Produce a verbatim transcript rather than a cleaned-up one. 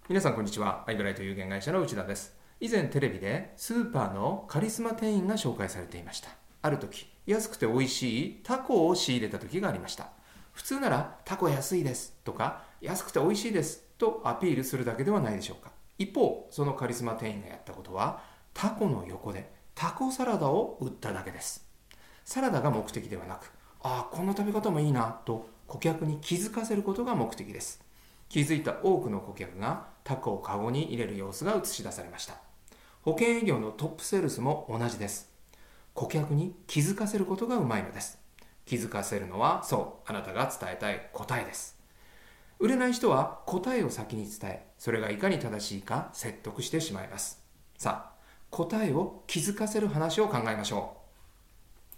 皆さんこんにちは。アイブライト有限会社の内田です。以前テレビでスーパーのカリスマ店員が紹介されていました。ある時、安くて美味しいタコを仕入れた時がありました。普通ならタコ安いですとか安くて美味しいですとアピールするだけではないでしょうか。一方、そのカリスマ店員がやったことはタコの横でタコサラダを売っただけです。サラダが目的ではなく、ああこんな食べ方もいいなと顧客に気づかせることが目的です。気づいた多くの顧客がタコをカゴに入れる様子が映し出されました。保険営業のトップセールスも同じです。顧客に気づかせることがうまいのです。気づかせるのは、そう、あなたが伝えたい答えです。売れない人は答えを先に伝え、それがいかに正しいか説得してしまいます。さあ、答えを気づかせる話を考えましょう。